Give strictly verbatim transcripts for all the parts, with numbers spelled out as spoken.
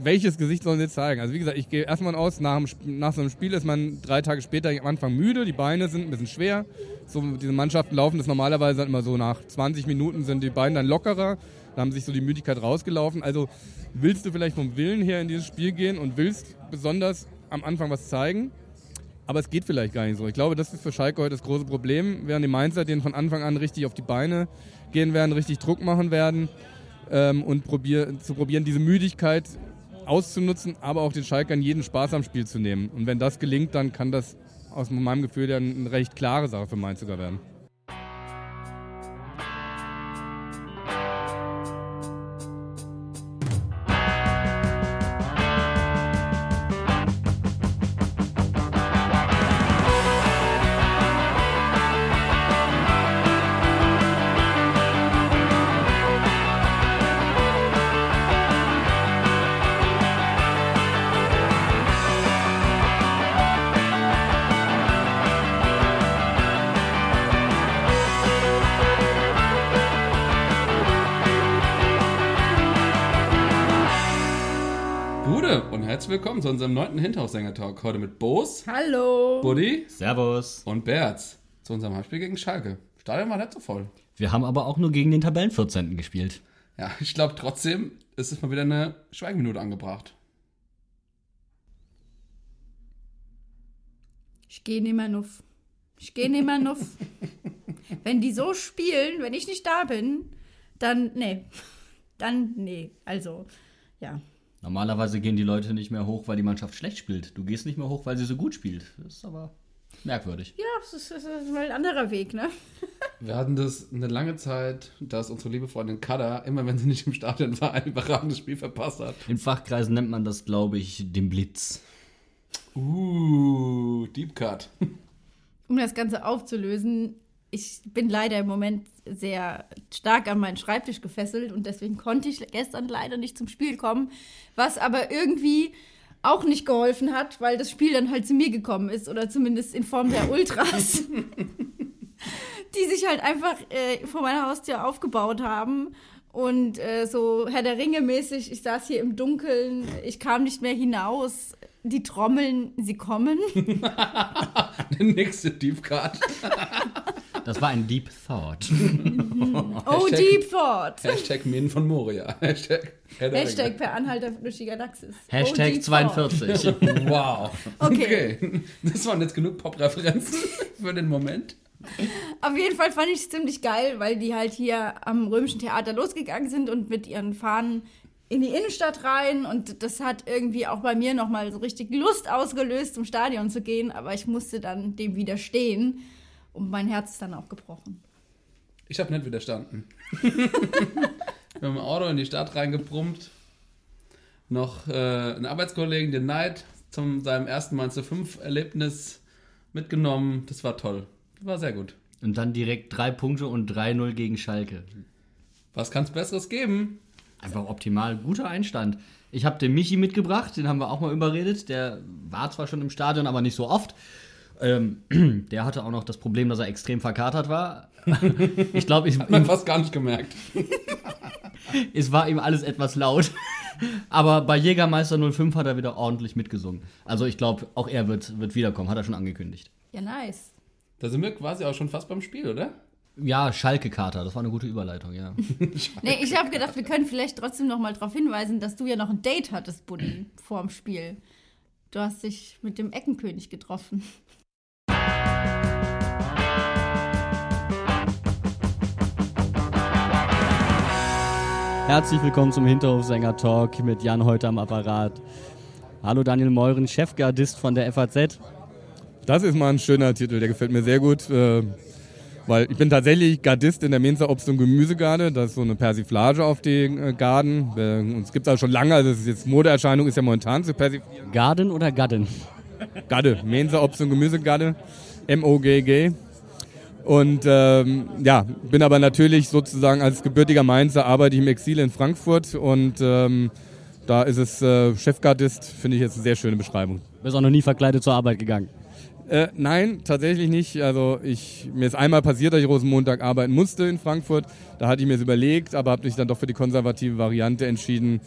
welches Gesicht sollen sie jetzt zeigen? Also wie gesagt, ich gehe erstmal aus, nach, dem, nach so einem Spiel ist man drei Tage später am Anfang müde, die Beine sind ein bisschen schwer. So, diese Mannschaften laufen das normalerweise immer so, nach zwanzig Minuten sind die Beine dann lockerer, da haben sich so die Müdigkeit rausgelaufen. Also willst du vielleicht vom Willen her in dieses Spiel gehen und willst besonders am Anfang was zeigen, aber es geht vielleicht gar nicht so. Ich glaube, das ist für Schalke heute das große Problem, während die Mainzer denen von Anfang an richtig auf die Beine gehen werden, richtig Druck machen werden ähm, und probier, zu probieren, diese Müdigkeit auszunutzen, aber auch den Schalkern jeden Spaß am Spiel zu nehmen. Und wenn das gelingt, dann kann das aus meinem Gefühl ja eine recht klare Sache für Mainz sogar werden. Willkommen zu unserem neunten Hinterhofsänger-Talk. Heute mit Boos. Hallo. Buddy. Servus. Und Berz. Zu unserem Heimspiel gegen Schalke. Stadion war nicht so voll. Wir haben aber auch nur gegen den Tabellenvierzehnten gespielt. Ja, ich glaube trotzdem ist es mal wieder eine Schweigeminute angebracht. Ich gehe nimmer nuff. Ich gehe nimmer nuff. Wenn die so spielen, wenn ich nicht da bin, dann, nee. Dann, nee. Also, ja. Normalerweise gehen die Leute nicht mehr hoch, weil die Mannschaft schlecht spielt. Du gehst nicht mehr hoch, weil sie so gut spielt. Das ist aber merkwürdig. Ja, das ist, das ist mal ein anderer Weg, ne? Wir hatten das eine lange Zeit, dass unsere liebe Freundin Kada, immer wenn sie nicht im Stadion war, ein überragendes Spiel verpasst hat. In Fachkreisen nennt man das, glaube ich, den Blitz. Uh, Deep Cut. Um das Ganze aufzulösen, ich bin leider im Moment sehr stark an meinen Schreibtisch gefesselt und deswegen konnte ich gestern leider nicht zum Spiel kommen, was aber irgendwie auch nicht geholfen hat, weil das Spiel dann halt zu mir gekommen ist oder zumindest in Form der Ultras, die sich halt einfach äh, vor meiner Haustür aufgebaut haben und äh, so Herr der Ringe mäßig, ich saß hier im Dunkeln, ich kam nicht mehr hinaus, die Trommeln, sie kommen. Der nächste Deep Cut. Das war ein Deep Thought. Oh, Hashtag, Deep Thought. Hashtag Minen von Moria. Hashtag, Hashtag per Anhalter durch die Galaxis. Hashtag oh, zweiundvierzig. Wow. Okay. okay. Das waren jetzt genug Pop-Referenzen für den Moment. Auf jeden Fall fand ich es ziemlich geil, weil die halt hier am Römischen Theater losgegangen sind und mit ihren Fahnen in die Innenstadt rein. Und das hat irgendwie auch bei mir nochmal so richtig Lust ausgelöst, zum Stadion zu gehen. Aber ich musste dann dem widerstehen. Und mein Herz ist dann auch gebrochen. Ich habe nicht widerstanden. Wir haben im Auto in die Stadt reingebrummt. Noch äh, einen Arbeitskollegen, den Neid, zum seinem ersten Mal zu fünf Erlebnis mitgenommen. Das war toll. Das war sehr gut. Und dann direkt drei Punkte und drei null gegen Schalke. Was kann es Besseres geben? Einfach optimal. Guter Einstand. Ich habe den Michi mitgebracht, den haben wir auch mal überredet. Der war zwar schon im Stadion, aber nicht so oft. Ähm, der hatte auch noch das Problem, dass er extrem verkatert war. Ich glaube, ich hat man fast gar nicht gemerkt. Es war ihm alles etwas laut. Aber bei Jägermeister null fünf hat er wieder ordentlich mitgesungen. Also ich glaube, auch er wird, wird wiederkommen, hat er schon angekündigt. Ja, nice. Da sind wir quasi auch schon fast beim Spiel, oder? Ja, Schalke-Kater, das war eine gute Überleitung, ja. Nee, ich habe gedacht, wir können vielleicht trotzdem noch mal darauf hinweisen, dass du ja noch ein Date hattest, Buddy, vorm Spiel. Du hast dich mit dem Eckenkönig getroffen. Herzlich willkommen zum Hinterhofsänger-Talk mit Jan heute am Apparat. Hallo Daniel Meuren, Chefgardist von der F A Z. Das ist mal ein schöner Titel, der gefällt mir sehr gut, äh, weil ich bin tatsächlich Gardist in der Mainzer Obst- und Gemüsegarde. Das ist so eine Persiflage auf die äh, Garden. Äh, uns gibt es also schon lange, also das ist jetzt Modeerscheinung, ist ja momentan zu persiflieren. Garden oder Gadden? Garde, Mainzer Obst- und Gemüsegarde, M O G G. Und ähm, ja, bin aber natürlich sozusagen als gebürtiger Mainzer, arbeite ich im Exil in Frankfurt und ähm, da ist es äh, Chefgardist, finde ich jetzt eine sehr schöne Beschreibung. Bist auch noch nie verkleidet zur Arbeit gegangen? Äh, nein, tatsächlich nicht. Also ich, mir ist einmal passiert, dass ich Rosenmontag arbeiten musste in Frankfurt. Da hatte ich mir es überlegt, aber habe mich dann doch für die konservative Variante entschieden.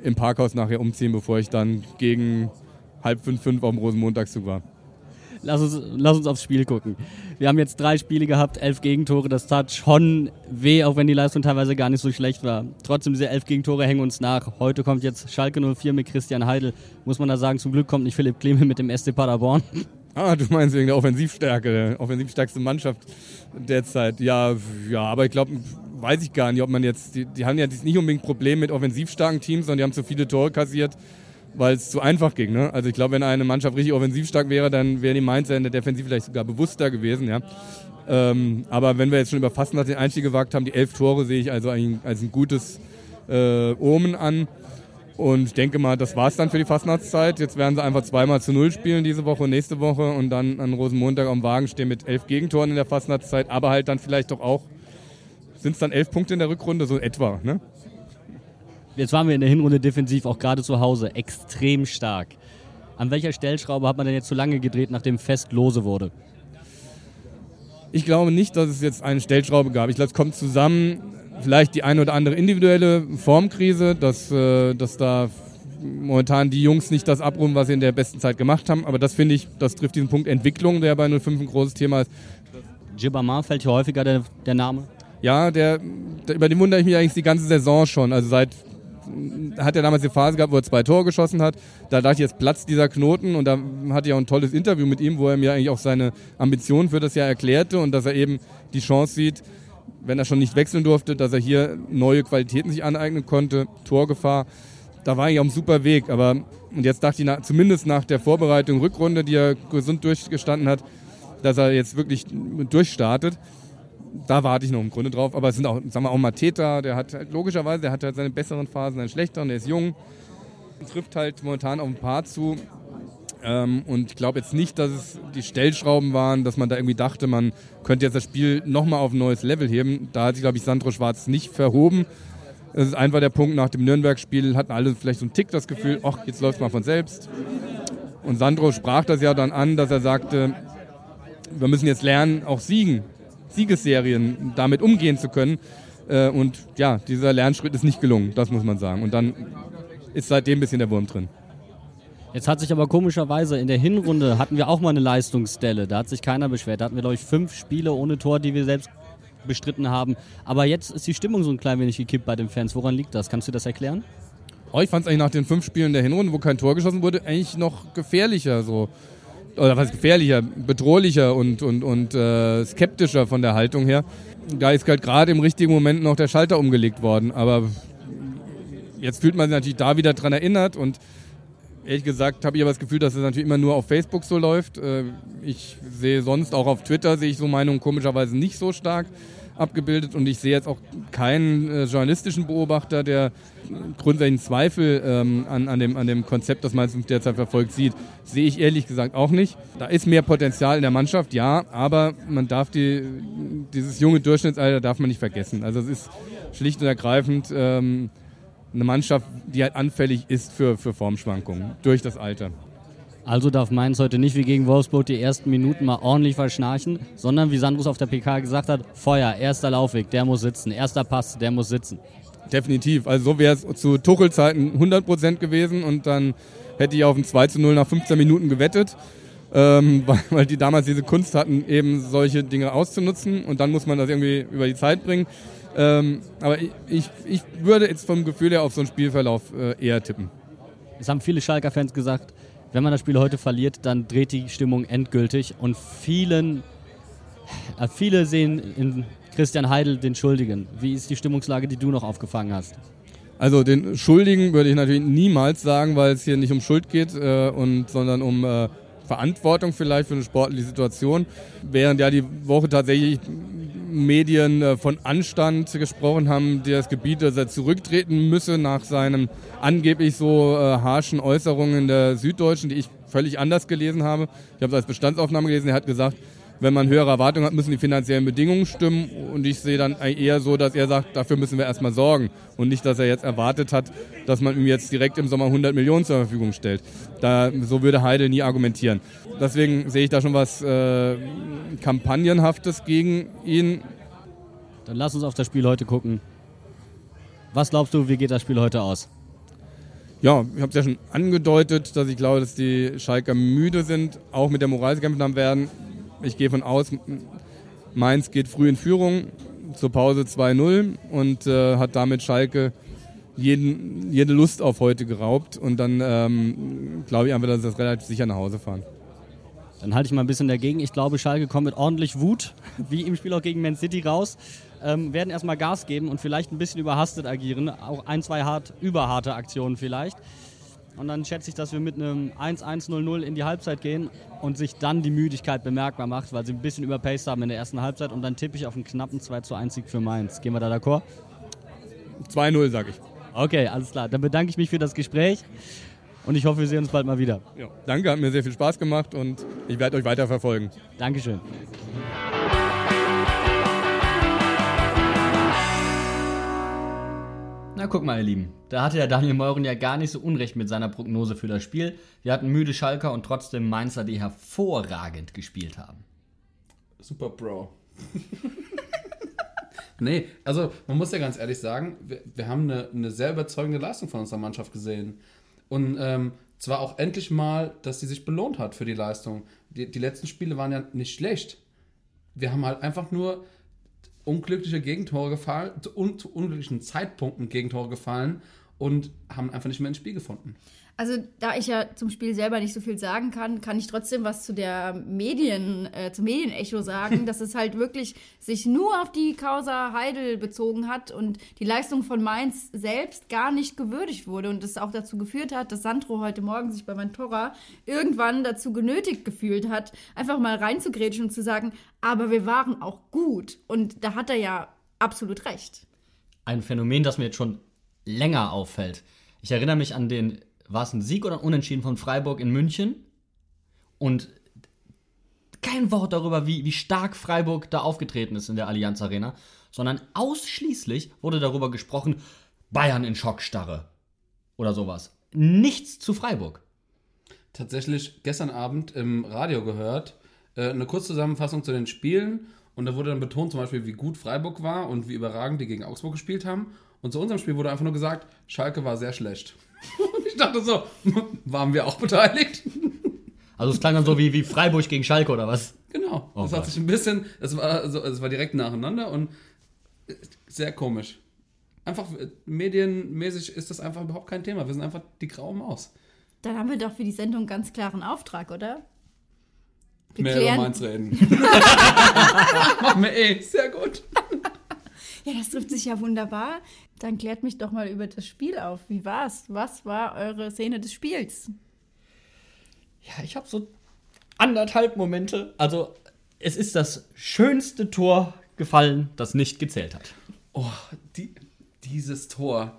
im Parkhaus nachher umziehen, bevor ich dann gegen halb fünf, fünf auf dem Rosenmontagszug war. Lass uns, lass uns aufs Spiel gucken. Wir haben jetzt drei Spiele gehabt, elf Gegentore. Das tat schon weh, auch wenn die Leistung teilweise gar nicht so schlecht war. Trotzdem, diese elf Gegentore hängen uns nach. Heute kommt jetzt Schalke null vier mit Christian Heidel. Muss man da sagen, zum Glück kommt nicht Philipp Klemel mit dem S C Paderborn. Ah, du meinst wegen der Offensivstärke, der offensivstärkste Mannschaft derzeit. Ja, ja, aber ich glaube, weiß ich gar nicht, ob man jetzt, die, die haben ja nicht unbedingt Probleme mit offensivstarken Teams, sondern die haben zu viele Tore kassiert, weil es zu einfach ging. Ne? Also ich glaube, wenn eine Mannschaft richtig offensivstark wäre, dann wären die Mainzer in der Defensive vielleicht sogar bewusster gewesen. Ja? Ähm, aber wenn wir jetzt schon über Fastnacht den Einstieg gewagt haben, die elf Tore sehe ich also ein, als ein gutes äh, Omen an. Und ich denke mal, das war es dann für die Fastnachtszeit. Jetzt werden sie einfach zweimal zu null spielen diese Woche und nächste Woche und dann an Rosenmontag am Wagen stehen mit elf Gegentoren in der Fastnachtszeit. Aber halt dann vielleicht doch auch, sind es dann elf Punkte in der Rückrunde, so etwa, ne? Jetzt waren wir in der Hinrunde defensiv, auch gerade zu Hause, extrem stark. An welcher Stellschraube hat man denn jetzt so lange gedreht, nachdem Fest lose wurde? Ich glaube nicht, dass es jetzt eine Stellschraube gab. Ich glaube, es kommt zusammen, vielleicht die eine oder andere individuelle Formkrise, dass, äh, dass da momentan die Jungs nicht das abrufen, was sie in der besten Zeit gemacht haben. Aber das finde ich, das trifft diesen Punkt Entwicklung, der bei null fünf ein großes Thema ist. Gibamar fällt hier häufiger der, der Name? Ja, der, der, über den wundere ich mich eigentlich die ganze Saison schon. Also seit hat er damals die Phase gehabt, wo er zwei Tore geschossen hat. Da dachte ich, jetzt platzt dieser Knoten und da hatte ich auch ein tolles Interview mit ihm, wo er mir eigentlich auch seine Ambitionen für das Jahr erklärte und dass er eben die Chance sieht, wenn er schon nicht wechseln durfte, dass er hier neue Qualitäten sich aneignen konnte, Torgefahr. Da war ich auf einem super Weg, aber und jetzt dachte ich, na, zumindest nach der Vorbereitung Rückrunde, die er gesund durchgestanden hat, dass er jetzt wirklich durchstartet. Da warte ich noch im Grunde drauf, aber es sind auch, sagen wir auch Mateta, der hat halt, logischerweise, der hat halt seine besseren Phasen, seine schlechteren, der ist jung, trifft halt momentan auf ein paar zu ähm, und ich glaube jetzt nicht, dass es die Stellschrauben waren, dass man da irgendwie dachte, man könnte jetzt das Spiel nochmal auf ein neues Level heben. Da hat sich, glaube ich, Sandro Schwarz nicht verhoben. Das ist einfach der Punkt, nach dem Nürnberg-Spiel hatten alle vielleicht so einen Tick das Gefühl, ach, jetzt läuft es mal von selbst. Und Sandro sprach das ja dann an, dass er sagte, wir müssen jetzt lernen, auch siegen. Siegesserien damit umgehen zu können. Und ja, dieser Lernschritt ist nicht gelungen, das muss man sagen. Und dann ist seitdem ein bisschen der Wurm drin. Jetzt hat sich aber komischerweise in der Hinrunde hatten wir auch mal eine Leistungsstelle. Da hat sich keiner beschwert. Da hatten wir, glaube ich, fünf Spiele ohne Tor, die wir selbst bestritten haben. Aber jetzt ist die Stimmung so ein klein wenig gekippt bei den Fans. Woran liegt das? Kannst du das erklären? Oh, ich fand es eigentlich nach den fünf Spielen der Hinrunde, wo kein Tor geschossen wurde, eigentlich noch gefährlicher so. Oder was gefährlicher, bedrohlicher und, und, und äh, skeptischer von der Haltung her. Da ist halt gerade im richtigen Moment noch der Schalter umgelegt worden. Aber jetzt fühlt man sich natürlich da wieder dran erinnert. Und ehrlich gesagt habe ich aber das Gefühl, dass es natürlich immer nur auf Facebook so läuft. Äh, ich sehe sonst auch auf Twitter, sehe ich so Meinungen komischerweise nicht so stark abgebildet. Und ich sehe jetzt auch keinen äh, journalistischen Beobachter, der grundsätzlichen Zweifel ähm, an, an, dem, an dem Konzept, das Mainz derzeit verfolgt, sieht. Sehe ich ehrlich gesagt auch nicht. Da ist mehr Potenzial in der Mannschaft, ja, aber man darf die, dieses junge Durchschnittsalter darf man nicht vergessen. Also es ist schlicht und ergreifend ähm, eine Mannschaft, die halt anfällig ist für, für Formschwankungen durch das Alter. Also darf Mainz heute nicht wie gegen Wolfsburg die ersten Minuten mal ordentlich verschnarchen, sondern wie Sandros auf der P K gesagt hat, Feuer, erster Laufweg, der muss sitzen, erster Pass, der muss sitzen. Definitiv, also so wäre es zu Tuchel-Zeiten hundert Prozent gewesen und dann hätte ich auf ein zwei zu null nach fünfzehn Minuten gewettet, ähm, weil, weil die damals diese Kunst hatten, eben solche Dinge auszunutzen und dann muss man das irgendwie über die Zeit bringen. Ähm, aber ich, ich, ich würde jetzt vom Gefühl her auf so einen Spielverlauf äh, eher tippen. Es haben viele Schalker-Fans gesagt, wenn man das Spiel heute verliert, dann dreht die Stimmung endgültig und vielen, äh, viele sehen in Christian Heidel den Schuldigen. Wie ist die Stimmungslage, die du noch aufgefangen hast? Also den Schuldigen würde ich natürlich niemals sagen, weil es hier nicht um Schuld geht, äh, und, sondern um äh, Verantwortung vielleicht für eine sportliche Situation. Während ja die Woche tatsächlich Medien äh, von Anstand gesprochen haben, der das Gebiet, dass er zurücktreten müsse nach seinen angeblich so äh, harschen Äußerungen in der Süddeutschen, die ich völlig anders gelesen habe. Ich habe es als Bestandsaufnahme gelesen, er hat gesagt, wenn man höhere Erwartungen hat, müssen die finanziellen Bedingungen stimmen. Und ich sehe dann eher so, dass er sagt, dafür müssen wir erstmal sorgen. Und nicht, dass er jetzt erwartet hat, dass man ihm jetzt direkt im Sommer hundert Millionen zur Verfügung stellt. Da, so würde Heidel nie argumentieren. Deswegen sehe ich da schon was äh, Kampagnenhaftes gegen ihn. Dann lass uns auf das Spiel heute gucken. Was glaubst du, wie geht das Spiel heute aus? Ja, ich habe es ja schon angedeutet, dass ich glaube, dass die Schalker müde sind, auch mit der Moral gekämpft haben werden. Ich gehe von aus, Mainz geht früh in Führung, zur Pause zwei null und äh, hat damit Schalke jeden, jede Lust auf heute geraubt. Und dann ähm, glaube ich einfach, dass sie das relativ sicher nach Hause fahren. Dann halte ich mal ein bisschen dagegen. Ich glaube, Schalke kommt mit ordentlich Wut, wie im Spiel auch gegen Man City, raus. Ähm, werden erstmal Gas geben und vielleicht ein bisschen überhastet agieren. Auch ein, zwei hart, überharte Aktionen vielleicht. Und dann schätze ich, dass wir mit einem eins eins null null in die Halbzeit gehen und sich dann die Müdigkeit bemerkbar macht, weil sie ein bisschen überpaced haben in der ersten Halbzeit. Und dann tippe ich auf einen knappen zwei zu eins Sieg für Mainz. Gehen wir da d'accord? zwei null, sage ich. Okay, alles klar. Dann bedanke ich mich für das Gespräch. Und ich hoffe, wir sehen uns bald mal wieder. Ja, danke, hat mir sehr viel Spaß gemacht und ich werde euch weiter verfolgen. Dankeschön. Na guck mal, ihr Lieben, da hatte ja Daniel Meuren ja gar nicht so unrecht mit seiner Prognose für das Spiel. Wir hatten müde Schalker und trotzdem Mainzer, die hervorragend gespielt haben. Super Bro. Nee, also man muss ja ganz ehrlich sagen, wir, wir haben eine, eine sehr überzeugende Leistung von unserer Mannschaft gesehen. Und ähm, zwar auch endlich mal, dass sie sich belohnt hat für die Leistung. Die, die letzten Spiele waren ja nicht schlecht. Wir haben halt einfach nur unglückliche Gegentore gefallen, zu, un, zu unglücklichen Zeitpunkten Gegentore gefallen und haben einfach nicht mehr ins Spiel gefunden. Also da ich ja zum Spiel selber nicht so viel sagen kann, kann ich trotzdem was zu der Medien, äh, zum Medienecho sagen, dass es halt wirklich sich nur auf die Causa Heidel bezogen hat und die Leistung von Mainz selbst gar nicht gewürdigt wurde und es auch dazu geführt hat, dass Sandro heute Morgen sich bei Vantora irgendwann dazu genötigt gefühlt hat, einfach mal reinzugrätschen und zu sagen, aber wir waren auch gut. Und da hat er ja absolut recht. Ein Phänomen, das mir jetzt schon länger auffällt. Ich erinnere mich an den war es ein Sieg oder ein Unentschieden von Freiburg in München? Und kein Wort darüber, wie, wie stark Freiburg da aufgetreten ist in der Allianz Arena, sondern ausschließlich wurde darüber gesprochen, Bayern in Schockstarre oder sowas. Nichts zu Freiburg. Tatsächlich gestern Abend im Radio gehört, äh, eine Kurzzusammenfassung zu den Spielen und da wurde dann betont zum Beispiel, wie gut Freiburg war und wie überragend die gegen Augsburg gespielt haben. Und zu unserem Spiel wurde einfach nur gesagt, Schalke war sehr schlecht. Und ich dachte so, waren wir auch beteiligt? Also es klang dann so wie, wie Freiburg gegen Schalke oder was? Genau. Oh das Gott. hat sich ein bisschen, es war, so, es war direkt nacheinander und sehr komisch. Einfach medienmäßig ist das einfach überhaupt kein Thema. Wir sind einfach die graue Maus. Dann haben wir doch für die Sendung einen ganz klaren Auftrag, oder? Wir Mehr klären- über Mainz reden. Machen wir eh. Sehr gut. Ja, das trifft sich ja wunderbar. Dann klärt mich doch mal über das Spiel auf. Wie war's? Was war eure Szene des Spiels? Ja, ich habe so anderthalb Momente. Also es ist das schönste Tor gefallen, das nicht gezählt hat. Oh, die, dieses Tor.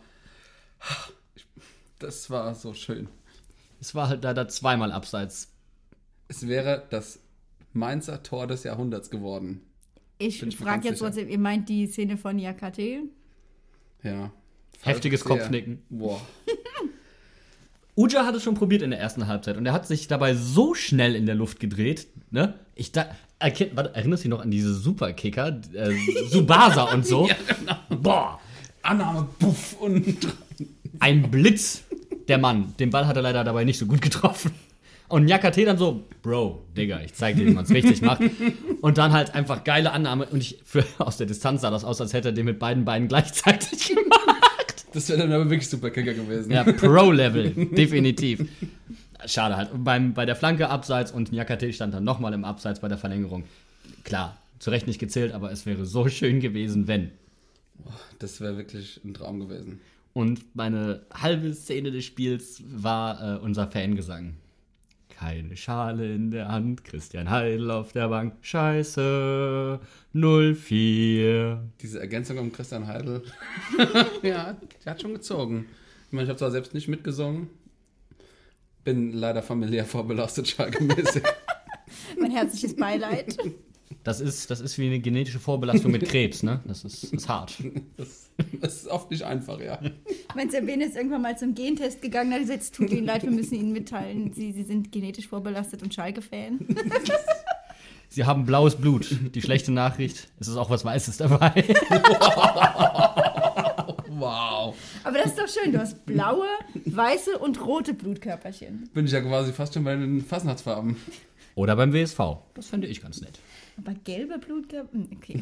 Das war so schön. Es war halt leider zweimal abseits. Es wäre das Mainzer Tor des Jahrhunderts geworden. Ich Bin ich mir frage ganz jetzt sicher. trotzdem, ihr meint die Szene von Yakate? Ja. Heftiges Sehr- Kopfnicken. Boah. Uja hat es schon probiert in der ersten Halbzeit und er hat sich dabei so schnell in der Luft gedreht. Ne? Ich da, erkennt, warte, erinnerst du dich noch an diese Superkicker? Äh, Subasa und so? Ja, genau. Boah, Annahme, puff und ein Blitz. Der Mann, den Ball hat er leider dabei nicht so gut getroffen. Und Nyakate dann so, Bro, Digga, ich zeig dir, wie man es richtig macht. Und dann halt einfach geile Annahme. Und ich, für, aus der Distanz sah das aus, als hätte er den mit beiden Beinen gleichzeitig gemacht. das wäre dann aber wirklich Superkicker gewesen. Ja, Pro-Level, definitiv. Schade halt. Und beim, bei der Flanke abseits und Nyakate stand dann nochmal im Abseits bei der Verlängerung. Klar, zu Recht nicht gezählt, aber es wäre so schön gewesen, wenn. Das wäre wirklich ein Traum gewesen. Und meine halbe Szene des Spiels war äh, unser Fangesang. Keine Schale in der Hand, Christian Heidel auf der Bank, Scheiße, null vier. Diese Ergänzung um Christian Heidel. Ja, der hat schon gezogen. Ich meine, ich habe zwar selbst nicht mitgesungen, bin leider familiär vorbelastet, Schalke-mäßig. Mein herzliches Beileid. Das ist, das ist wie eine genetische Vorbelastung mit Krebs, ne? Das ist, ist hart. Das, das ist oft nicht einfach, ja. Mein Sabine ist irgendwann mal zum Gentest gegangen, hat gesagt, es tut Ihnen leid, wir müssen Ihnen mitteilen, Sie, Sie sind genetisch vorbelastet und Schalke-Fan. Sie haben blaues Blut. Die schlechte Nachricht, es ist auch was Weißes dabei. Wow. Aber das ist doch schön. Du hast blaue, weiße und rote Blutkörperchen. Bin ich ja quasi fast schon bei den Fastnachtsfarben. Oder beim W S V. Das fände ich ganz nett. Aber gelbe Blutkörper? Okay.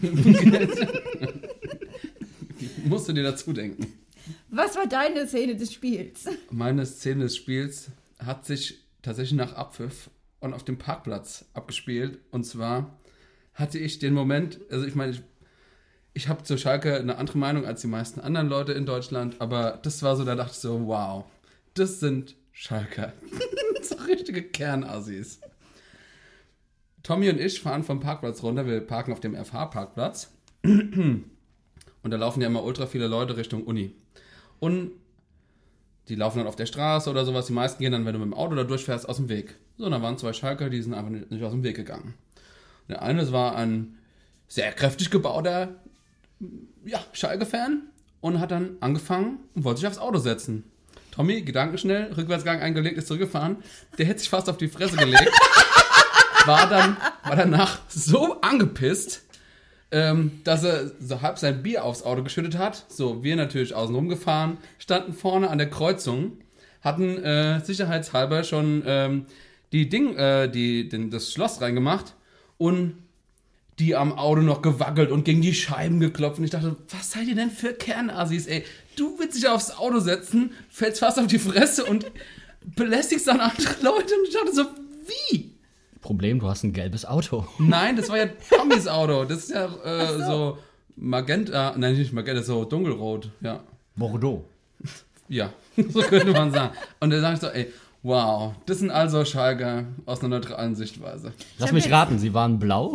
Musst du dir dazu denken. Was war deine Szene des Spiels? Meine Szene des Spiels hat sich tatsächlich nach Abpfiff und auf dem Parkplatz abgespielt. Und zwar hatte ich den Moment, also ich meine, ich, ich habe zu Schalke eine andere Meinung als die meisten anderen Leute in Deutschland, aber das war so, da dachte ich so, wow, das sind Schalker. So richtige Kernassis. Tommy und ich fahren vom Parkplatz runter, wir parken auf dem F H-Parkplatz und da laufen ja immer ultra viele Leute Richtung Uni. Und die laufen dann auf der Straße oder sowas, die meisten gehen dann, wenn du mit dem Auto da durchfährst, aus dem Weg. So, und da waren zwei Schalker, die sind einfach nicht aus dem Weg gegangen. Der eine, das war ein sehr kräftig gebauter ja, Schalke-Fan und hat dann angefangen und wollte sich aufs Auto setzen. Tommy, gedankenschnell, Rückwärtsgang eingelegt, ist zurückgefahren. Der hätte sich fast auf die Fresse gelegt. War dann war danach so angepisst, ähm, dass er so halb sein Bier aufs Auto geschüttet hat. So, wir natürlich außen rumgefahren, standen vorne an der Kreuzung, hatten äh, sicherheitshalber schon ähm, die Ding, äh, die, den, das Schloss reingemacht und die am Auto noch gewackelt und gegen die Scheiben geklopft. Und ich dachte, was seid ihr denn für Kernassis, ey? Du willst dich aufs Auto setzen, fällst fast auf die Fresse und belästigst dann andere Leute. Und ich dachte so, wie? Problem, du hast ein gelbes Auto. Nein, das war ja Tommys Auto. Das ist ja äh, so. so Magenta, nein, nicht Magenta, so dunkelrot, ja. Bordeaux. Ja, so könnte man sagen. Und da sag ich so, ey, wow, das sind also Schalker aus einer neutralen Sichtweise. Lass mich raten, sie waren blau?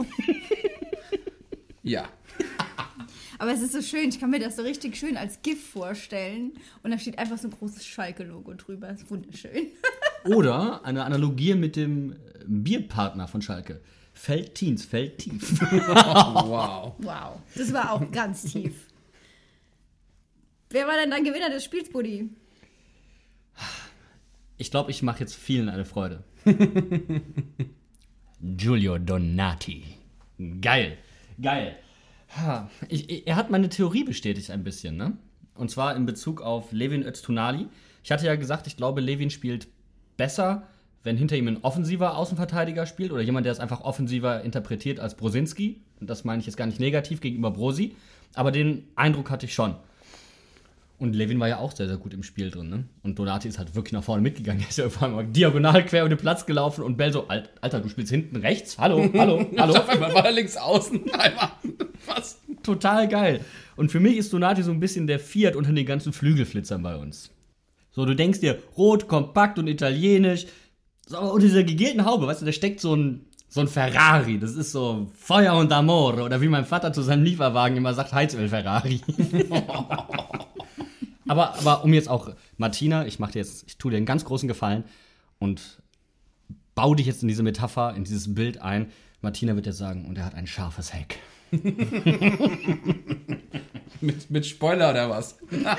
Ja. Aber es ist so schön, ich kann mir das so richtig schön als GIF vorstellen. Und da steht einfach so ein großes Schalke-Logo drüber. Das ist wunderschön. Oder eine Analogie mit dem Bierpartner von Schalke. Feldtiens, Feldtief. Wow. Wow, das war auch ganz tief. Wer war denn dein Gewinner des Spiels, Buddy? Ich glaube, ich mache jetzt vielen eine Freude. Giulio Donati. Geil, geil. Ha, ich, ich, er hat meine Theorie bestätigt ein bisschen, ne? Und zwar in Bezug auf Levin Öztunali. Ich hatte ja gesagt, ich glaube, Levin spielt besser, wenn hinter ihm ein offensiver Außenverteidiger spielt oder jemand, der es einfach offensiver interpretiert als Brosinski. Und das meine ich jetzt gar nicht negativ gegenüber Brosi, aber den Eindruck hatte ich schon. Und Levin war ja auch sehr, sehr gut im Spiel drin, ne? Und Donati ist halt wirklich nach vorne mitgegangen. Er ist ja irgendwann diagonal quer über den Platz gelaufen und Bell so, Alter, du spielst hinten rechts? Hallo, hallo, hallo. Auf einmal war er links außen. Einmal. Was? Total geil. Und für mich ist Donati so ein bisschen der Fiat unter den ganzen Flügelflitzern bei uns. So, du denkst dir, rot, kompakt und italienisch. So, unter dieser gegelten Haube, weißt du, da steckt so ein, so ein Ferrari. Das ist so Feuer und Amore. Oder wie mein Vater zu seinem Lieferwagen immer sagt, Heizöl-Ferrari. Aber, aber um jetzt auch, Martina, ich mach dir jetzt, ich tue dir einen ganz großen Gefallen und bau dich jetzt in diese Metapher, in dieses Bild ein. Martina wird jetzt sagen, und er hat ein scharfes Heck. mit, mit Spoiler oder was?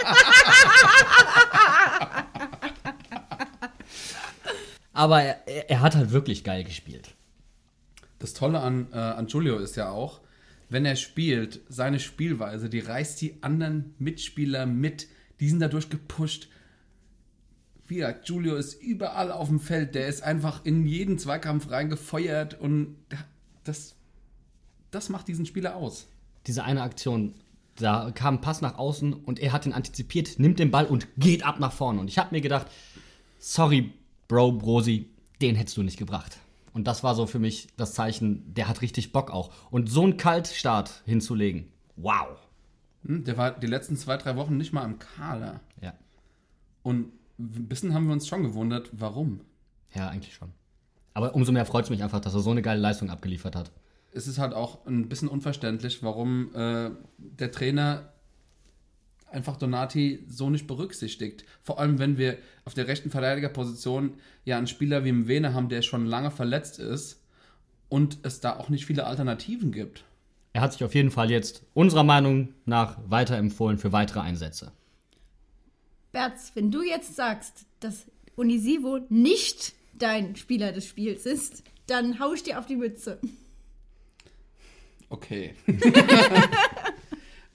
Aber er, er hat halt wirklich geil gespielt. Das Tolle an, äh, an Giulio ist ja auch, wenn er spielt, seine Spielweise, die reißt die anderen Mitspieler mit. Die sind dadurch gepusht. Wie gesagt, Giulio ist überall auf dem Feld. Der ist einfach in jeden Zweikampf reingefeuert und das, das macht diesen Spieler aus. Diese eine Aktion, da kam ein Pass nach außen und er hat ihn antizipiert, nimmt den Ball und geht ab nach vorne. Und ich habe mir gedacht, sorry, Bro, Brosi, den hättest du nicht gebracht. Und das war so für mich das Zeichen, der hat richtig Bock auch. Und so einen Kaltstart hinzulegen, wow. Der war die letzten zwei, drei Wochen nicht mal im Kader. Ja. Und ein bisschen haben wir uns schon gewundert, warum. Ja, eigentlich schon. Aber umso mehr freut es mich einfach, dass er so eine geile Leistung abgeliefert hat. Es ist halt auch ein bisschen unverständlich, warum äh, der Trainer einfach Donati so nicht berücksichtigt. Vor allem, wenn wir auf der rechten Verteidigerposition ja einen Spieler wie Mwene haben, der schon lange verletzt ist und es da auch nicht viele Alternativen gibt. Er hat sich auf jeden Fall jetzt unserer Meinung nach weiterempfohlen für weitere Einsätze. Berz, wenn du jetzt sagst, dass Unisivo nicht dein Spieler des Spiels ist, dann hau ich dir auf die Mütze. Okay.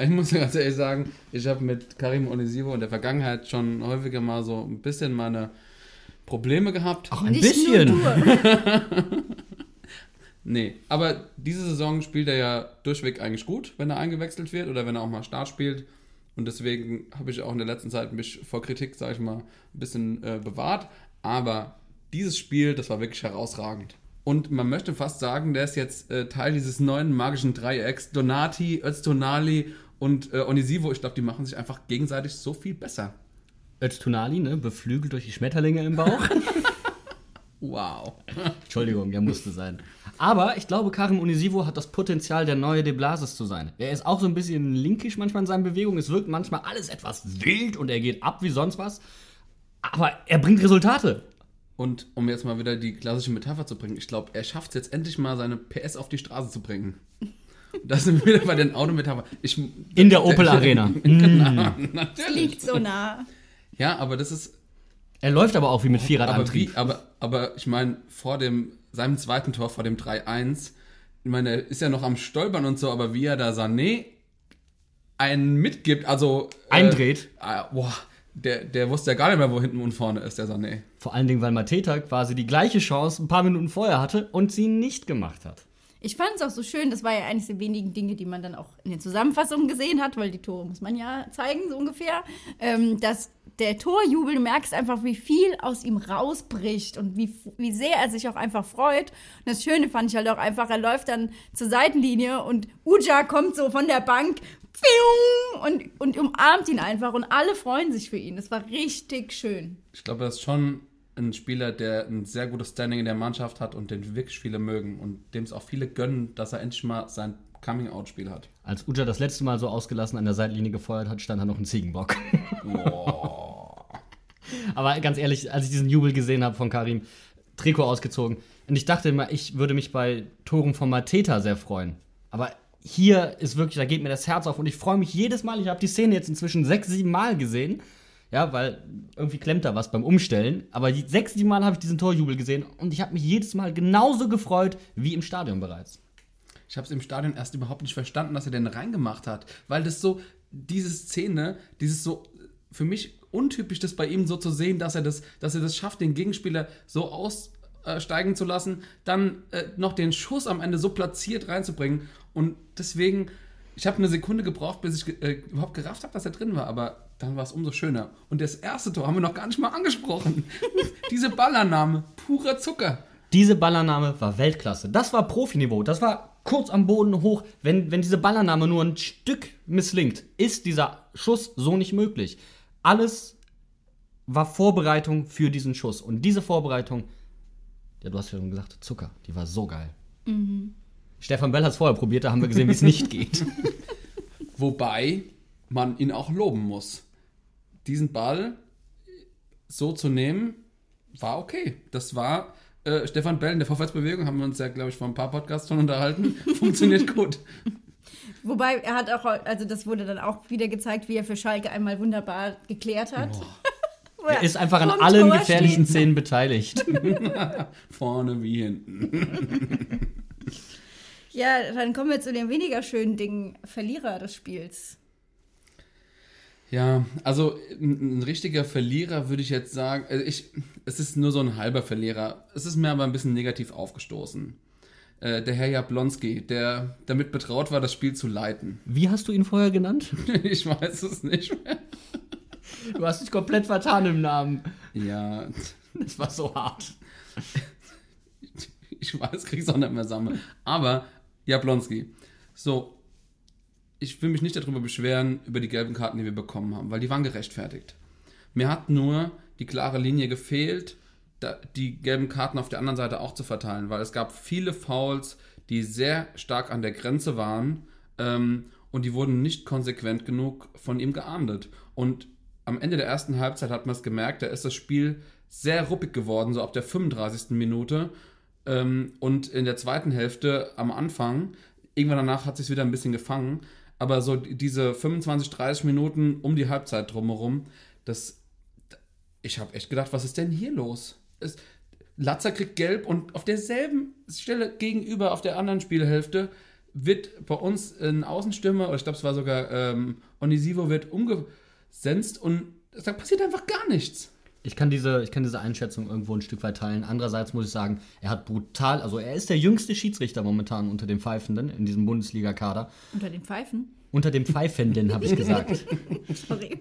Ich muss ganz ehrlich sagen, ich habe mit Karim Onisivo in der Vergangenheit schon häufiger mal so ein bisschen meine Probleme gehabt. Ach, ein Nicht bisschen. nur du. Nee, aber diese Saison spielt er ja durchweg eigentlich gut, wenn er eingewechselt wird oder wenn er auch mal Start spielt. Und deswegen habe ich auch in der letzten Zeit mich vor Kritik, sage ich mal, ein bisschen äh, bewahrt. Aber dieses Spiel, das war wirklich herausragend. Und man möchte fast sagen, der ist jetzt äh, Teil dieses neuen magischen Dreiecks. Donati, Öztunali und äh, Onisivo. Ich glaube, die machen sich einfach gegenseitig so viel besser. Öztunali, ne, beflügelt durch die Schmetterlinge im Bauch. Wow. Entschuldigung, der musste sein. Aber ich glaube, Karim Onisivo hat das Potenzial, der neue De Blasis zu sein. Er ist auch so ein bisschen linkisch manchmal in seinen Bewegungen. Es wirkt manchmal alles etwas wild und er geht ab wie sonst was. Aber er bringt Resultate. Und um jetzt mal wieder die klassische Metapher zu bringen, ich glaube, er schafft es jetzt endlich mal, seine P S auf die Straße zu bringen. Das sind wir wieder bei den Autometapher. Ich, In der Opel Arena. Genau, Es natürlich. liegt so nah. Ja, aber das ist... Er läuft aber auch wie mit Aber, Vierradantrieb. wie, aber, aber ich meine, vor dem, seinem zweiten Tor, vor dem drei eins, ich meine, er ist ja noch am Stolpern und so, aber wie er da Sané einen mitgibt, also... Eindreht. Äh, äh, boah, der, der wusste ja gar nicht mehr, wo hinten und vorne ist, der Sané. Vor allen Dingen, weil Mateta quasi die gleiche Chance ein paar Minuten vorher hatte und sie nicht gemacht hat. Ich fand es auch so schön, das war ja eines der wenigen Dinge, die man dann auch in den Zusammenfassungen gesehen hat, weil die Tore muss man ja zeigen, so ungefähr, ähm, dass der Torjubel, du merkst einfach, wie viel aus ihm rausbricht und wie, wie sehr er sich auch einfach freut. Und das Schöne fand ich halt auch einfach, er läuft dann zur Seitenlinie und Uja kommt so von der Bank und, und umarmt ihn einfach und alle freuen sich für ihn. Das war richtig schön. Ich glaube, das ist schon ein Spieler, der ein sehr gutes Standing in der Mannschaft hat und den wirklich viele mögen und dem es auch viele gönnen, dass er endlich mal sein Coming-out-Spiel hat. Als Uja das letzte Mal so ausgelassen an der Seitenlinie gefeuert hat, stand da noch ein Ziegenbock. Aber ganz ehrlich, als ich diesen Jubel gesehen habe von Karim, Trikot ausgezogen, und ich dachte immer, ich würde mich bei Toren von Mateta sehr freuen. Aber hier ist wirklich, da geht mir das Herz auf und ich freue mich jedes Mal. Ich habe die Szene jetzt inzwischen sechs, sieben Mal gesehen. Ja, weil irgendwie klemmt da was beim Umstellen. Aber die sechs, sieben Mal habe ich diesen Torjubel gesehen und ich habe mich jedes Mal genauso gefreut wie im Stadion bereits. Ich habe es im Stadion erst überhaupt nicht verstanden, dass er den reingemacht hat. Weil das so, diese Szene, dieses so, für mich untypisch, das bei ihm so zu sehen, dass er das, dass er das schafft, den Gegenspieler so aussteigen zu lassen, dann äh, noch den Schuss am Ende so platziert reinzubringen. Und deswegen, ich habe eine Sekunde gebraucht, bis ich äh, überhaupt gerafft habe, dass er drin war, aber dann war es umso schöner. Und das erste Tor haben wir noch gar nicht mal angesprochen. Diese Ballannahme, purer Zucker. Diese Ballannahme war Weltklasse. Das war Profiniveau. Das war kurz am Boden hoch. Wenn, wenn diese Ballannahme nur ein Stück misslingt, ist dieser Schuss so nicht möglich. Alles war Vorbereitung für diesen Schuss. Und diese Vorbereitung, ja, du hast ja schon gesagt, Zucker, die war so geil. Mhm. Stefan Bell hat es vorher probiert, da haben wir gesehen, wie es nicht geht. Wobei man ihn auch loben muss. Diesen Ball so zu nehmen, war okay. Das war äh, Stefan Bell in der Vorwärtsbewegung, haben wir uns ja, glaube ich, vor ein paar Podcasts schon unterhalten. Funktioniert gut. Wobei er hat auch, also das wurde dann auch wieder gezeigt, wie er für Schalke einmal wunderbar geklärt hat. Er ist einfach an Vorm allen Tor gefährlichen steht. Szenen beteiligt. Vorne wie hinten. Ja, dann kommen wir zu den weniger schönen Dingen, Verlierer des Spiels. Ja, also ein, ein richtiger Verlierer würde ich jetzt sagen, also ich, es ist nur so ein halber Verlierer. Es ist mir aber ein bisschen negativ aufgestoßen. Äh, der Herr Jablonski, der damit betraut war, das Spiel zu leiten. Wie hast du ihn vorher genannt? Ich weiß es nicht mehr. Du hast dich komplett vertan im Namen. Ja, Das war so hart. ich weiß, krieg's auch nicht mehr zusammen. Aber Jablonski, so, ich will mich nicht darüber beschweren, über die gelben Karten, die wir bekommen haben, weil die waren gerechtfertigt. Mir hat nur die klare Linie gefehlt, da, die gelben Karten auf der anderen Seite auch zu verteilen, weil es gab viele Fouls, die sehr stark an der Grenze waren ähm, und die wurden nicht konsequent genug von ihm geahndet. Und am Ende der ersten Halbzeit hat man es gemerkt, da ist das Spiel sehr ruppig geworden, so ab der fünfunddreißigsten Minute. Ähm, und in der zweiten Hälfte am Anfang, irgendwann danach hat es sich wieder ein bisschen gefangen, aber so diese fünfundzwanzig, dreißig Minuten um die Halbzeit drumherum, das, ich habe echt gedacht, was ist denn hier los? Es, Latzer kriegt gelb und auf derselben Stelle gegenüber, auf der anderen Spielhälfte, wird bei uns ein Außenstürmer, oder ich glaube, es war sogar ähm, Onisivo, wird umgesenzt und da passiert einfach gar nichts. Ich kann, diese, ich kann diese Einschätzung irgendwo ein Stück weit teilen. Andererseits muss ich sagen, er hat brutal, also er ist der jüngste Schiedsrichter momentan unter den Pfeifenden in diesem Bundesliga-Kader. Unter den Pfeifen? Unter den Pfeifenden, habe ich gesagt. Sorry.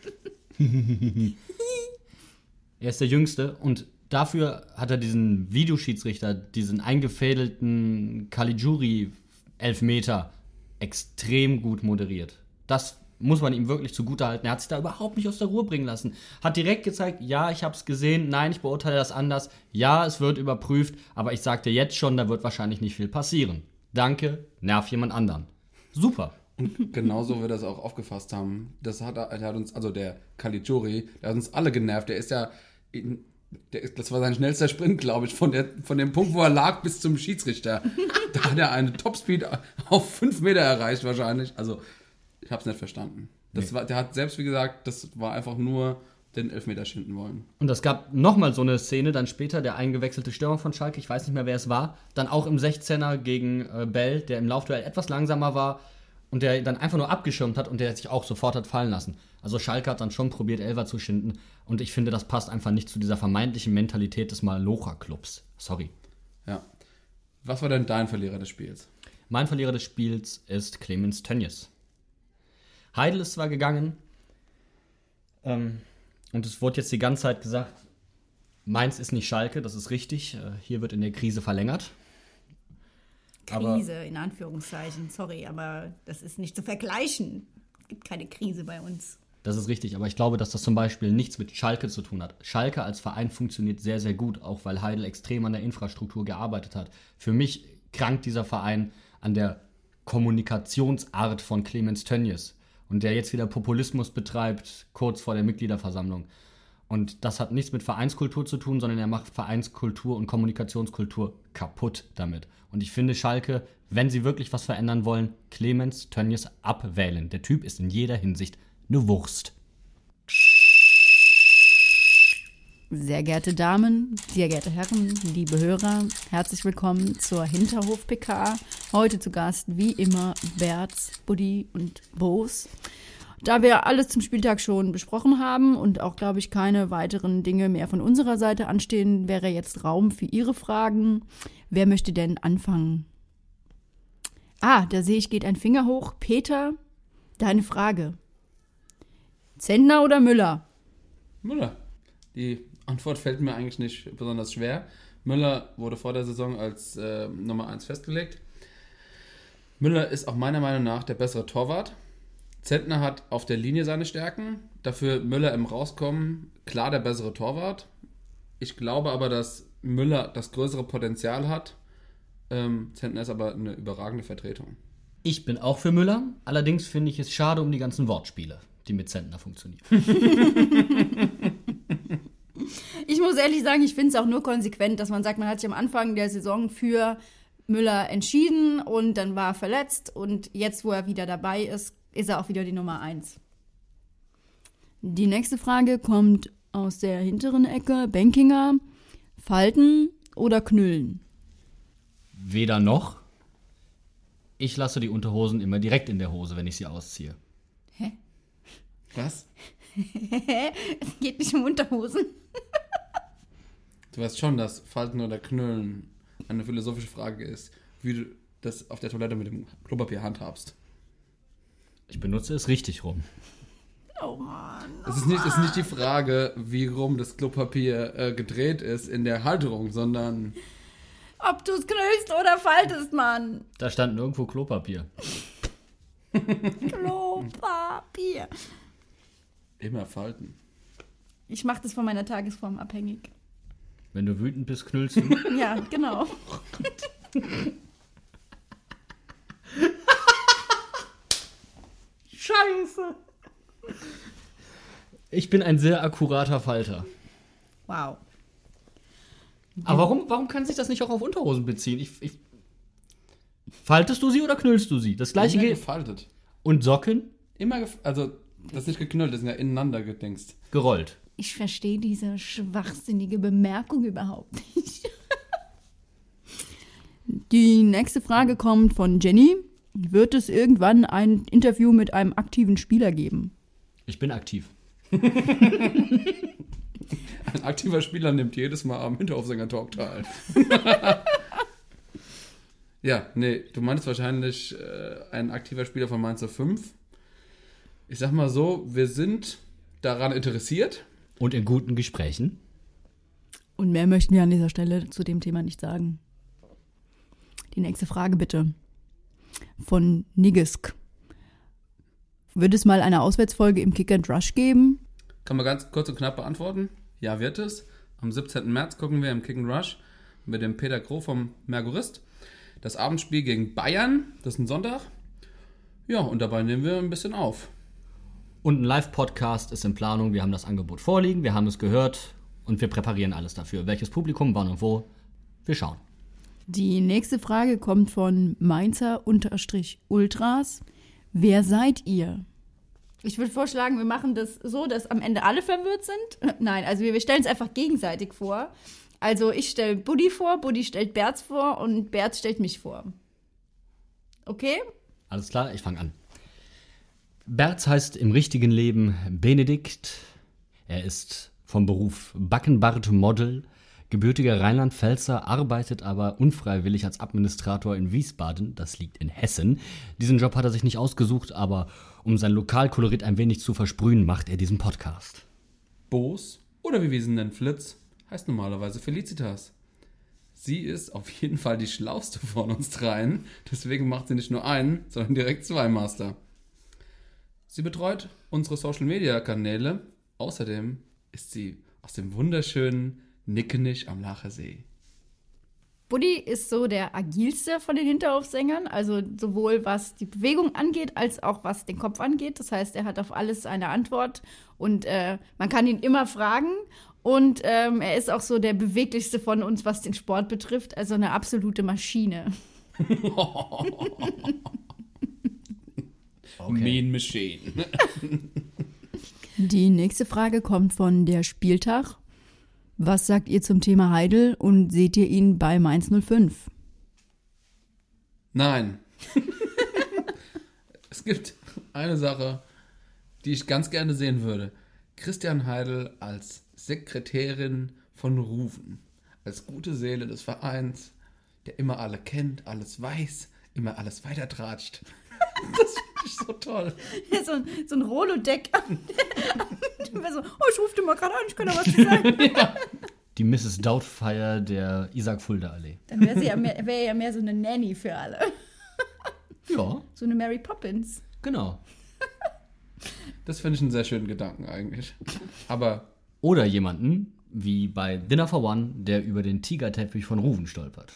Er ist der Jüngste und dafür hat er diesen Videoschiedsrichter, diesen eingefädelten Caligiuri-Elfmeter extrem gut moderiert. Das muss man ihm wirklich zugutehalten. Er hat sich da überhaupt nicht aus der Ruhe bringen lassen. Hat direkt gezeigt, ja, ich habe es gesehen, nein, ich beurteile das anders, ja, es wird überprüft, aber ich sagte jetzt schon, da wird wahrscheinlich nicht viel passieren. Danke, nerv jemand anderen. Super. Und genauso wir das auch aufgefasst haben. Das hat, der hat uns, also der Caligiuri, der hat uns alle genervt. Der ist ja, in, der ist, das war sein schnellster Sprint, glaube ich, von, der, von dem Punkt, wo er lag, bis zum Schiedsrichter. Da hat er einen Topspeed auf fünf Meter erreicht wahrscheinlich. Also, ich habe es nicht verstanden. Das Nee. war, der hat selbst, wie gesagt, das war einfach nur den Elfmeter schinden wollen. Und es gab nochmal so eine Szene, dann später, der eingewechselte Stürmer von Schalke, ich weiß nicht mehr, wer es war, dann auch im sechzehner gegen äh, Bell, der im Laufduell etwas langsamer war und der dann einfach nur abgeschirmt hat und der sich auch sofort hat fallen lassen. Also Schalke hat dann schon probiert, Elfer zu schinden und ich finde, das passt einfach nicht zu dieser vermeintlichen Mentalität des Malocha-Clubs. Sorry. Ja. Was war denn dein Verlierer des Spiels? Mein Verlierer des Spiels ist Clemens Tönnies. Heidel ist zwar gegangen, ähm, und es wurde jetzt die ganze Zeit gesagt, Mainz ist nicht Schalke, das ist richtig. Äh, hier wird in der Krise verlängert. Aber Krise, in Anführungszeichen, sorry, aber das ist nicht zu vergleichen. Es gibt keine Krise bei uns. das ist richtig, aber ich glaube, dass das zum Beispiel nichts mit Schalke zu tun hat. Schalke als Verein funktioniert sehr, sehr gut, auch weil Heidel extrem an der Infrastruktur gearbeitet hat. Für mich krankt dieser Verein an der Kommunikationsart von Clemens Tönnies. Und der jetzt wieder Populismus betreibt, kurz vor der Mitgliederversammlung. Und das hat nichts mit Vereinskultur zu tun, sondern er macht Vereinskultur und Kommunikationskultur kaputt damit. Und ich finde Schalke, wenn sie wirklich was verändern wollen, Clemens Tönnies abwählen. Der Typ ist in jeder Hinsicht eine Wurst. Sehr geehrte Damen, sehr geehrte Herren, liebe Hörer, herzlich willkommen zur Hinterhof-P K. Heute zu Gast, wie immer, Berz, Buddy und Boos. Da wir alles zum Spieltag schon besprochen haben und auch, glaube ich, keine weiteren Dinge mehr von unserer Seite anstehen, wäre jetzt Raum für Ihre Fragen. Wer möchte denn anfangen? Ah, da sehe ich, geht ein Finger hoch. Peter, deine Frage. Zentner oder Müller? Müller. Die Antwort fällt mir eigentlich nicht besonders schwer. Müller wurde vor der Saison als äh, Nummer eins festgelegt. Müller ist auch meiner Meinung nach der bessere Torwart. Zentner hat auf der Linie seine Stärken. Dafür Müller im Rauskommen klar der bessere Torwart. Ich glaube aber, dass Müller das größere Potenzial hat. Ähm, Zentner ist aber eine überragende Vertretung. Ich bin auch für Müller, allerdings finde ich es schade um die ganzen Wortspiele, die mit Zentner funktionieren. Ich muss ehrlich sagen, ich finde es auch nur konsequent, dass man sagt, man hat sich am Anfang der Saison für Müller entschieden und dann war er verletzt und jetzt, wo er wieder dabei ist, ist er auch wieder die Nummer eins. Die nächste Frage kommt aus der hinteren Ecke. Benkinger, Falten oder Knüllen? Weder noch. Ich lasse die Unterhosen immer direkt in der Hose, wenn ich sie ausziehe. Hä? Was? Es geht nicht um Unterhosen. Du weißt schon, dass Falten oder Knüllen eine philosophische Frage ist, wie du das auf der Toilette mit dem Klopapier handhabst. Ich benutze es richtig rum. Oh Mann. Es ist nicht, es ist nicht die Frage, wie rum das Klopapier äh, gedreht ist in der Halterung, sondern Ob du es knüllst oder faltest, Mann. Da stand nirgendwo Klopapier. Klopapier. immer falten. Ich mache das von meiner Tagesform abhängig. Wenn du wütend bist, knüllst du. Ja, genau. Scheiße. Ich bin ein sehr akkurater Falter. Wow. Aber warum, warum kann sich das nicht auch auf Unterhosen beziehen? Ich, ich Faltest du sie oder knüllst du sie? Das gleiche Immer geht. gefaltet. Und Socken? Immer gef also, das ist nicht geknüllt, das sind ja ineinander gedingst. Gerollt. Ich verstehe diese schwachsinnige Bemerkung überhaupt nicht. Die nächste Frage kommt von Jenny. Wird es irgendwann ein Interview mit einem aktiven Spieler geben? Ich bin aktiv. Ein aktiver Spieler nimmt jedes Mal am Hinteraufsänger-Talk teil. Ja, nee, du meinst wahrscheinlich äh, ein aktiver Spieler von Mainz null fünf. Ich sag mal so, wir sind daran interessiert. Und in guten Gesprächen. Und mehr möchten wir an dieser Stelle zu dem Thema nicht sagen. Die nächste Frage bitte. Von Nigisk. Wird es mal eine Auswärtsfolge im Kick and Rush geben? Kann man ganz kurz und knapp beantworten. Ja, wird es. Am siebzehnten März gucken wir im Kick and Rush mit dem Peter Kroh vom Merkurist das Abendspiel gegen Bayern. Das ist ein Sonntag. Ja, und dabei nehmen wir ein bisschen auf. Und ein Live-Podcast ist in Planung. Wir haben das Angebot vorliegen, wir haben es gehört und wir präparieren alles dafür. Welches Publikum, wann und wo, wir schauen. Die nächste Frage kommt von Mainzer-Ultras. Wer seid ihr? Ich würde vorschlagen, wir machen das so, dass am Ende alle verwirrt sind. Nein, also wir, wir stellen es einfach gegenseitig vor. Also ich stelle Buddy vor, Buddy stellt Berz vor und Berz stellt mich vor. Okay? Alles klar, ich fange an. Berz heißt im richtigen Leben Benedikt. Er ist vom Beruf Backenbart-Model, gebürtiger Rheinland-Pfälzer, arbeitet aber unfreiwillig als Administrator in Wiesbaden, das liegt in Hessen. Diesen Job hat er sich nicht ausgesucht, aber um sein Lokalkolorit ein wenig zu versprühen, macht er diesen Podcast. Boos, oder wie wir sie nennen, Flitz, heißt normalerweise Felicitas. Sie ist auf jeden Fall die schlauste von uns dreien, deswegen macht sie nicht nur einen, sondern direkt zwei Master. Sie betreut unsere Social-Media-Kanäle, außerdem ist sie aus dem wunderschönen Nickenich am Lacher See. Buddy ist so der agilste von den Hinteraufsängern, also sowohl was die Bewegung angeht, als auch was den Kopf angeht. Das heißt, er hat auf alles eine Antwort und äh, man kann ihn immer fragen. Und ähm, er ist auch so der beweglichste von uns, was den Sport betrifft, also eine absolute Maschine. Okay. Mean Machine. Die nächste Frage kommt von der Spieltag. Was sagt ihr zum Thema Heidel und seht ihr ihn bei Mainz null fünf? Nein. Es gibt eine Sache, die ich ganz gerne sehen würde. Christian Heidel als Sekretärin von Ruven. Als gute Seele des Vereins, der immer alle kennt, alles weiß, immer alles weitertratscht. Das finde ich so toll. Ja, so, so ein Rolodeck. Oh, ich rufe dir mal gerade an, ich kann da was zu sagen. Ja. Die Misses Doubtfire der Isaac-Fulda-Allee. Dann wäre sie ja mehr, wär ja mehr so eine Nanny für alle. Ja. So eine Mary Poppins. Genau. Das finde ich einen sehr schönen Gedanken eigentlich. Aber Oder jemanden, wie bei Dinner for One, der über den Tigerteppich von Ruven stolpert.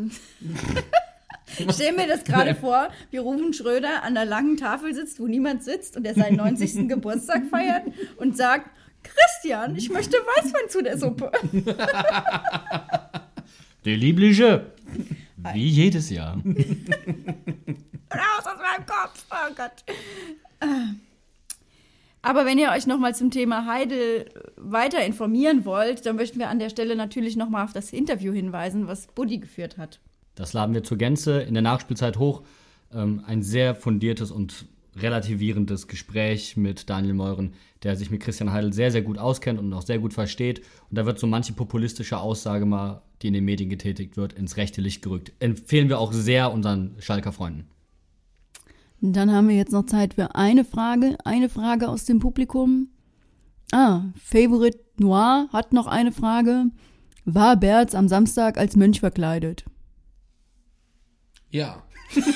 Ich stelle mir das gerade vor, wie Ruven Schröder an der langen Tafel sitzt, wo niemand sitzt und er seinen neunzigsten Geburtstag feiert und sagt, Christian, ich möchte Weißwein zu der Suppe. Der Liebliche. Wie jedes Jahr. Raus aus meinem Kopf, oh Gott. Aber wenn ihr euch nochmal zum Thema Heidel weiter informieren wollt, dann möchten wir an der Stelle natürlich nochmal auf das Interview hinweisen, was Buddy geführt hat. Das laden wir zur Gänze in der Nachspielzeit hoch. Ähm, ein sehr fundiertes und relativierendes Gespräch mit Daniel Meuren, der sich mit Christian Heidel sehr, sehr gut auskennt und auch sehr gut versteht. Und da wird so manche populistische Aussage mal, die in den Medien getätigt wird, ins rechte Licht gerückt. Empfehlen wir auch sehr unseren Schalker Freunden. Dann haben wir jetzt noch Zeit für eine Frage. Eine Frage aus dem Publikum. Ah, Favorite Noir hat noch eine Frage. War Berz am Samstag als Mönch verkleidet? ja.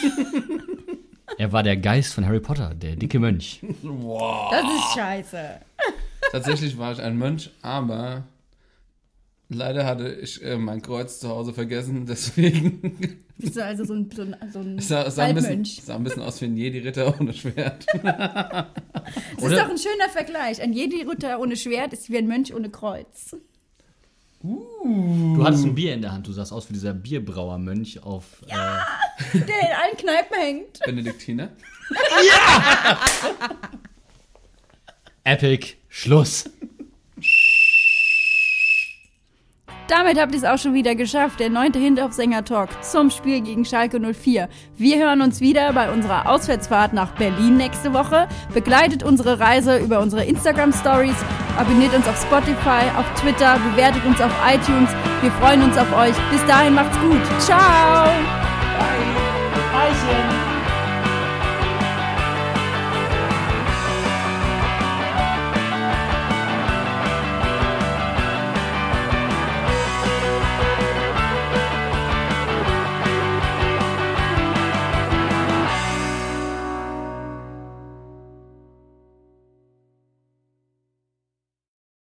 Er war der Geist von Harry Potter, der dicke Mönch. Wow. Das ist scheiße. Tatsächlich war ich ein Mönch, aber leider hatte ich äh, mein Kreuz zu Hause vergessen, deswegen Bist du also so ein, so ein, so ein es sah, es sah, ein bisschen, Waldmönch? sah ein bisschen aus wie ein Jedi-Ritter ohne Schwert. Das ist doch ein schöner Vergleich. Ein Jedi-Ritter ohne Schwert ist wie ein Mönch ohne Kreuz. Du hattest ein Bier in der Hand, du sahst aus wie dieser Bierbrauermönch auf... Der in allen Kneipen hängt. Benediktiner. Äh, Epic Schluss. Damit habt ihr es auch schon wieder geschafft, der neunte Hinterhofsänger-Talk zum Spiel gegen Schalke null vier. Wir hören uns wieder bei unserer Auswärtsfahrt nach Berlin nächste Woche. Begleitet unsere Reise über unsere Instagram-Stories, abonniert uns auf Spotify, auf Twitter, bewertet uns auf iTunes. Wir freuen uns auf euch. Bis dahin macht's gut. Ciao! Bye. Bye.